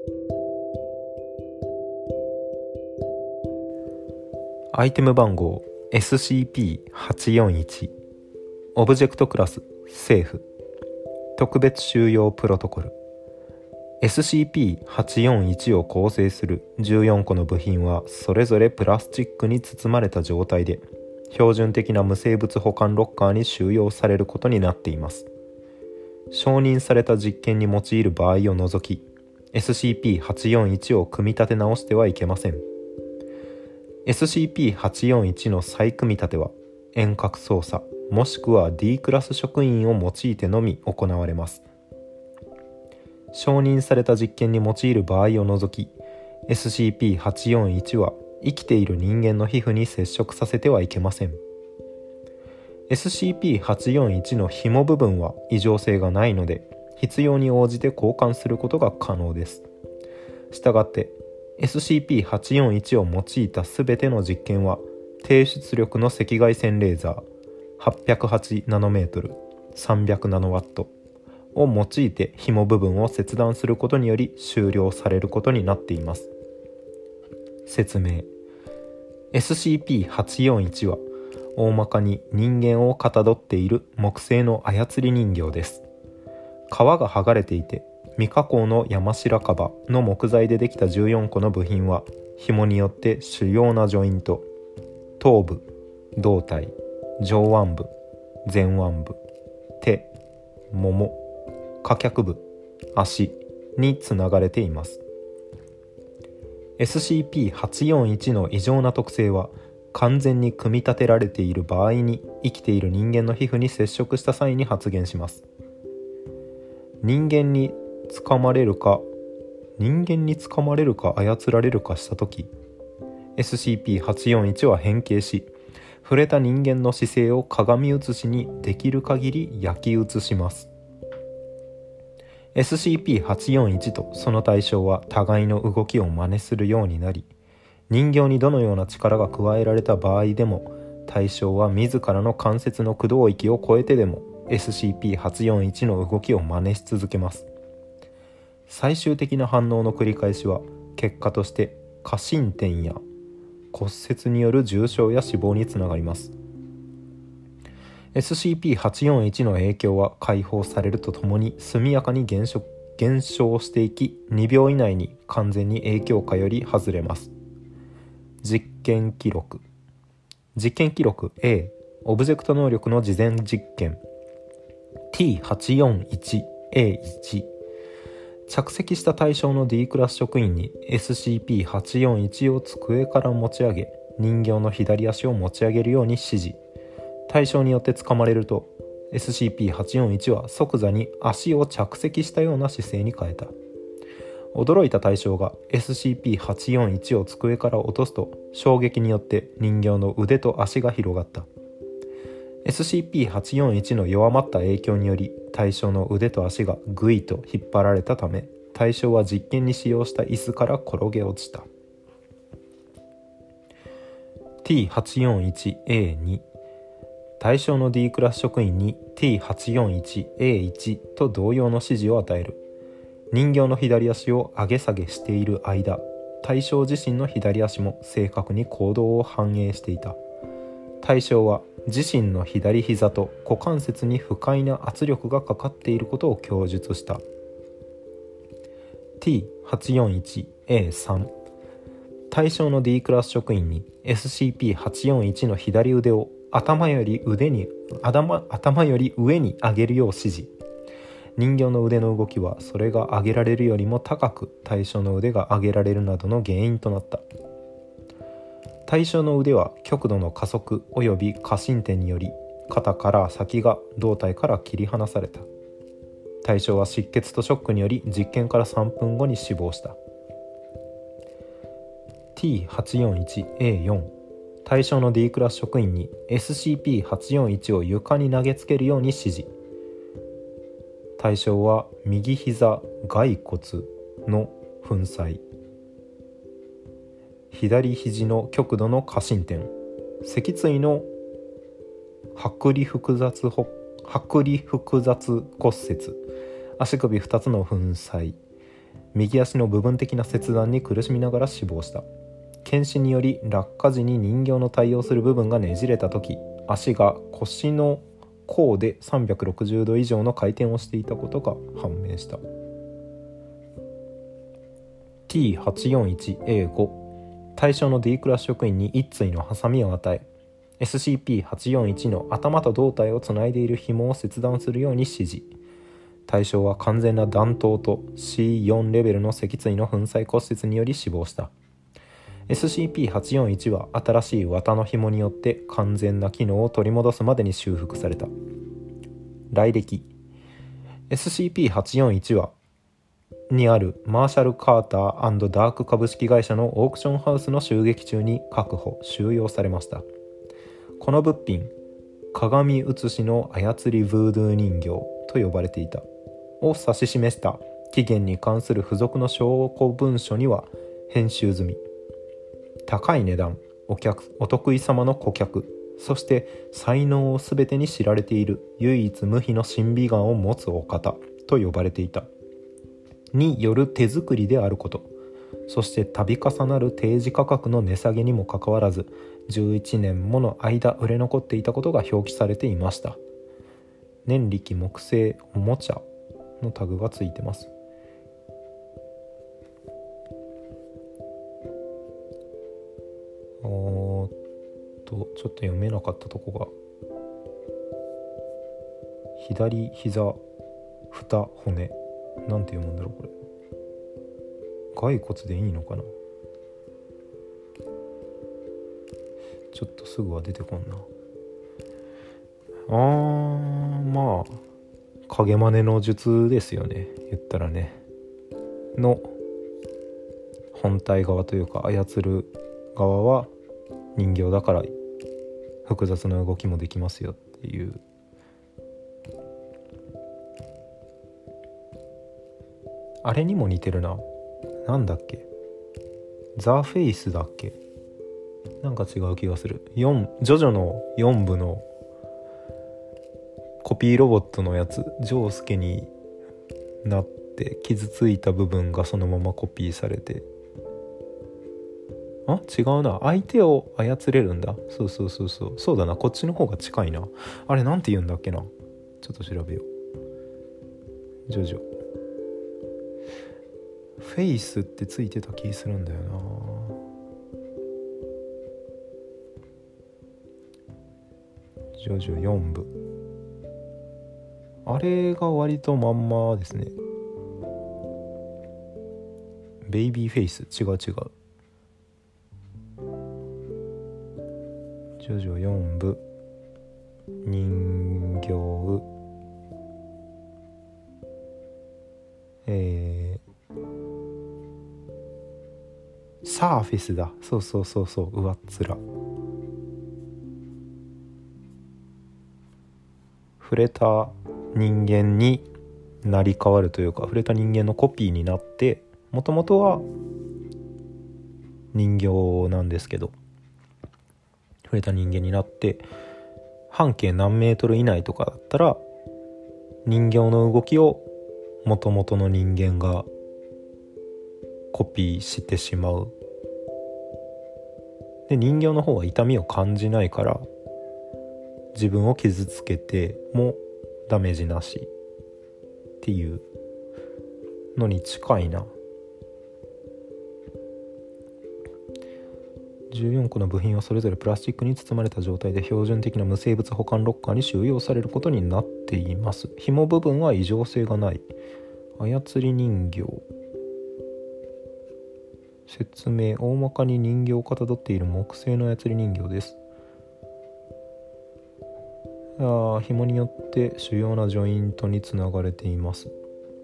アイテム番号 SCP-841 オブジェクトクラス政府特別収容プロトコル SCP-841 を構成する14個の部品はそれぞれプラスチックに包まれた状態で標準的な無生物保管ロッカーに収容されることになっています。承認された実験に用いる場合を除き SCP-841 を組み立て直してはいけません。SCP-841 の再組み立ては遠隔操作もしくは D クラス職員を用いてのみ行われます。承認された実験に用いる場合を除き SCP-841 は生きている人間の皮膚に接触させてはいけません。SCP-841 の紐部分は異常性がないので必要に応じて交換することが可能です。したがってSCP-841 を用いたすべての実験は低出力の赤外線レーザー808ナノメートル300ナノワットを用いて紐部分を切断することにより終了されることになっています。説明。 SCP-841 は大まかに人間をかたどっている木製の操り人形です。皮が剥がれていて未加工の山白樺の木材でできた14個の部品は紐によって主要なジョイント、頭部、胴体、上腕部、前腕部、手、もも、下脚部、足につながれています。SCP-841 の異常な特性は完全に組み立てられている場合に生きている人間の皮膚に接触した際に発現します。人間につかまれるか操られるかしたとき SCP-841 は変形し触れた人間の姿勢を鏡写しにできる限り焼き写します。 SCP-841 とその対象は互いの動きを真似するようになり人形にどのような力が加えられた場合でも対象は自らの関節の駆動域を超えてでも SCP-841 の動きを真似し続けます。最終的な反応の繰り返しは結果として過伸点や骨折による重傷や死亡につながります。 SCP-841 の影響は解放されるとともに速やかに減少していき2秒以内に完全に影響下より外れます。実験記録 A オブジェクト能力の事前実験 T841A1 着席した対象の D クラス職員に SCP-841 を机から持ち上げ人形の左足を持ち上げるように指示。対象によってつかまれると SCP-841 は即座に足を着席したような姿勢に変えた。驚いた対象が SCP-841 を机から落とすと衝撃によって人形の腕と足が広がった。SCP-841 の弱まった影響により対象の腕と足がグイと引っ張られたため対象は実験に使用した椅子から転げ落ちた。 T841A2 対象の D クラス職員に T841A1 と同様の指示を与える。人形の左足を上げ下げしている間対象自身の左足も正確に行動を反映していた。対象は自身の左膝と股関節に不快な圧力がかかっていることを供述した。 T841A3 対象の D クラス職員に SCP-841 の左腕を頭より上に上げるよう指示。人形の腕の動きはそれが上げられるよりも高く対象の腕が上げられるなどの原因となった。対象の腕は極度の加速及び過伸点により肩から先が胴体から切り離された。対象は失血とショックにより実験から3分後に死亡した。 T841A4 対象の D クラス職員に SCP-841 を床に投げつけるように指示。対象は右膝骸骨の粉砕、左肘の極度の過伸点、脊椎の剥離複雑骨折、足首2つの粉砕、 右足の部分的な切断に苦しみながら死亡した。検視により落下時に人形の対応する部分がねじれた時、足が腰の甲で360度以上の回転をしていたことが判明した。 T841A5 対象の D クラス職員に一対のハサミを与え、 SCP-841 の頭と胴体をつないでいる紐を切断するように指示。対象は完全な弾頭と C4 レベルの脊椎の粉砕骨折により死亡した。 SCP-841 は新しい綿の紐によって完全な機能を取り戻すまでに修復された。来歴 SCP-841 はにあるマーシャル・カーター&ダーク株式会社のオークションハウスの襲撃中に確保・収容されました。この物品、鏡写しの操りヴードゥー人形と呼ばれていたを指し示した起源に関する付属の証拠文書には編集済み。高い値段、お得意様の顧客、そして才能を全てに知られている唯一無二の審美眼を持つお方と呼ばれていた。による手作りであること、そして度重なる提示価格の値下げにもかかわらず11年もの間売れ残っていたことが表記されていました。年力木製おもちゃのタグがついてます。ちょっと読めなかったとこが、左膝二骨、なんて読むんだろうこれ。骸骨でいいのかな。ちょっとすぐは出てこんな。まあ影真似の術ですよね、言ったらね。の本体側というか操る側は人形だから複雑な動きもできますよっていう。あれにも似てるな。なんだっけ、ザ・フェイスだっけ、なんか違う気がする。ジョジョの4部のコピーロボットのやつ、ジョウスケになって傷ついた部分がそのままコピーされて、違うな、相手を操れるんだ。そうだな、こっちの方が近いな。あれなんて言うんだっけな、ちょっと調べよう。ジョジョフェイスってついてた気するんだよな。ジョジョ4部、あれが割とまんまですね。ベイビーフェイス、違う。ジョジョ4部人形サーフェスだ。そう、上っ面。触れた人間に成り変わるというか、触れた人間のコピーになって、もともとは人形なんですけど、触れた人間になって半径何メートル以内とかだったら人形の動きをもともとの人間がコピーしてしまう。で、人形の方は痛みを感じないから自分を傷つけてもダメージなしっていうのに近いな。14個の部品はそれぞれプラスチックに包まれた状態で標準的な無生物保管ロッカーに収容されることになっています。紐部分は異常性がない。操り人形、説明、大まかに人形をかたどっている木製の操り人形です。紐によって主要なジョイントにつながれています。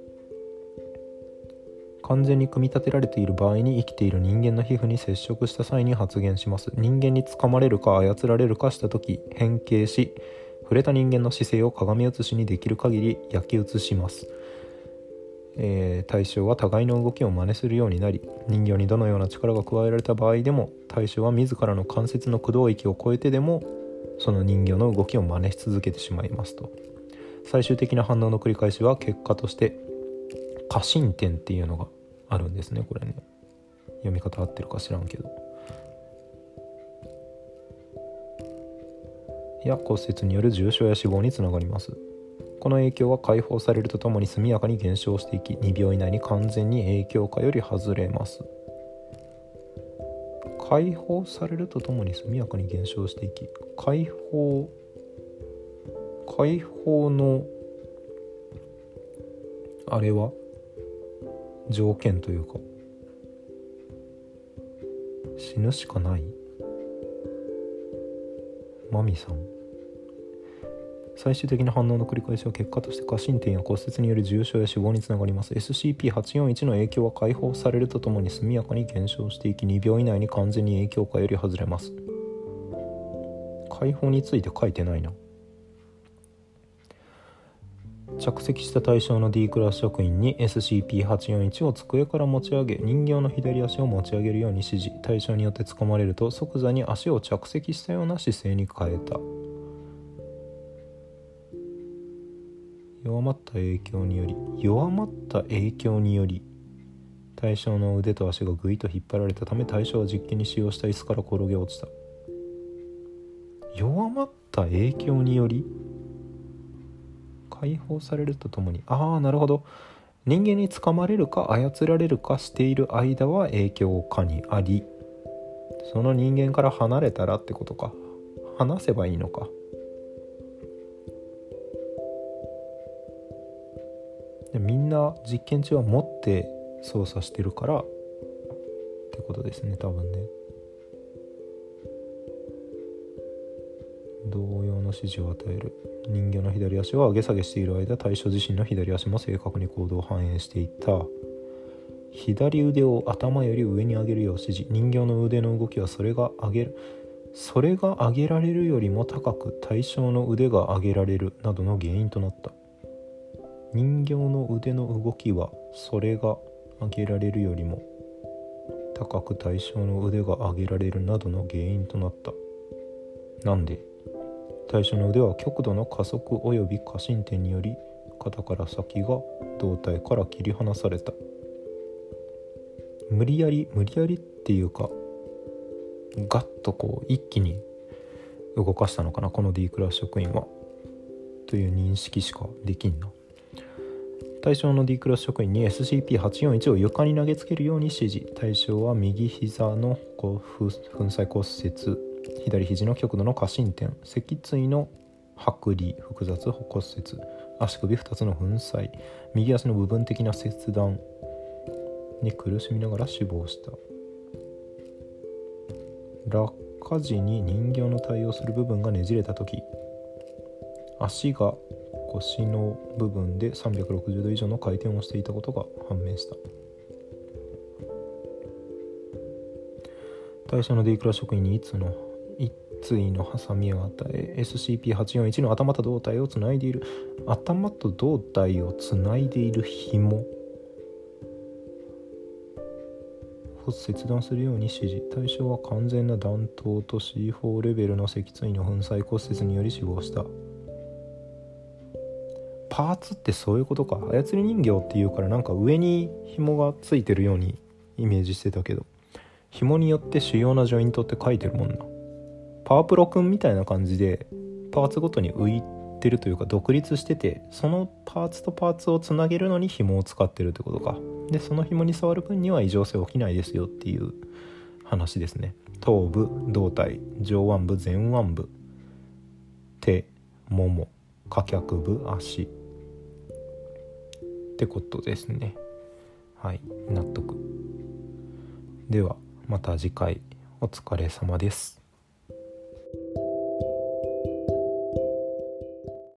完全に組み立てられている場合に生きている人間の皮膚に接触した際に発現します。人間につかまれるか操られるかしたとき変形し、触れた人間の姿勢を鏡写しにできる限り焼き写します。対象は互いの動きを真似するようになり、人形にどのような力が加えられた場合でも対象は自らの関節の駆動域を超えてでもその人形の動きを真似し続けてしまいますと。最終的な反応の繰り返しは結果として過伸点っていうのがあるんですね。これね、読み方合ってるか知らんけど、や骨折による重傷や死亡につながります。この影響は解放されるとともに速やかに減少していき、2秒以内に完全に影響下より外れます。解放されるとともに速やかに減少していき、解放のあれは条件というか、死ぬしかない。マミさん、最終的な反応の繰り返しは結果として過伸点や骨折による重傷や死亡につながります。 SCP-841 の影響は解放されるとともに速やかに減少していき、2秒以内に完全に影響下より外れます。解放について書いてないな。着席した対象の D クラス職員に SCP-841 を机から持ち上げ、人形の左足を持ち上げるように指示。対象によって掴まれると即座に足を着席したような姿勢に変えた。弱まった影響により対象の腕と足がぐいと引っ張られたため、対象は実験に使用した椅子から転げ落ちた。弱まった影響により解放されるとともに、なるほど。人間に掴まれるか操られるかしている間は影響下にあり、その人間から離れたらってことか。離せばいいのか。みんな実験中は持って操作してるからってことですね、多分ね。同様の指示を与える。人形の左足を上げ下げしている間、対象自身の左足も正確に行動を反映していた。左腕を頭より上に上げるよう指示。人形の腕の動きはそれが上げられるよりも高く、対象の腕が上げられるなどの原因となった。人形の腕の動きはそれが上げられるよりも高く、対象の腕が上げられるなどの原因となった。なんで？対象の腕は極度の加速及び過伸点により肩から先が胴体から切り離された。無理やりっていうか、ガッとこう一気に動かしたのかな、この D クラス職員は、という認識しかできんな。対象の D クラス職員に SCP-841 を床に投げつけるように指示。対象は右膝の粉砕骨折、左肘の極度の過伸点、脊椎の剥離、複雑骨折、足首2つの粉砕、右足の部分的な切断に苦しみながら死亡した。落下時に人形の対応する部分がねじれたとき、足が腰の部分で360度以上の回転をしていたことが判明した。対象の D クラス職員に一対のハサミを与え、 SCP-841 の頭と胴体をつないでいる紐を切断するように指示。対象は完全な弾頭と C4 レベルの脊椎の粉砕骨折により死亡した。パーツってそういうことか。操り人形っていうからなんか上に紐がついてるようにイメージしてたけど、紐によって主要なジョイントって書いてるもんな。パワープロくんみたいな感じでパーツごとに浮いてるというか独立してて、そのパーツとパーツをつなげるのに紐を使ってるってことか。でその紐に触る分には異常性起きないですよっていう話ですね。頭部、胴体、上腕部、前腕部、手、もも、下脚部、足ってことですね。はい、納得。ではまた次回お疲れ様です。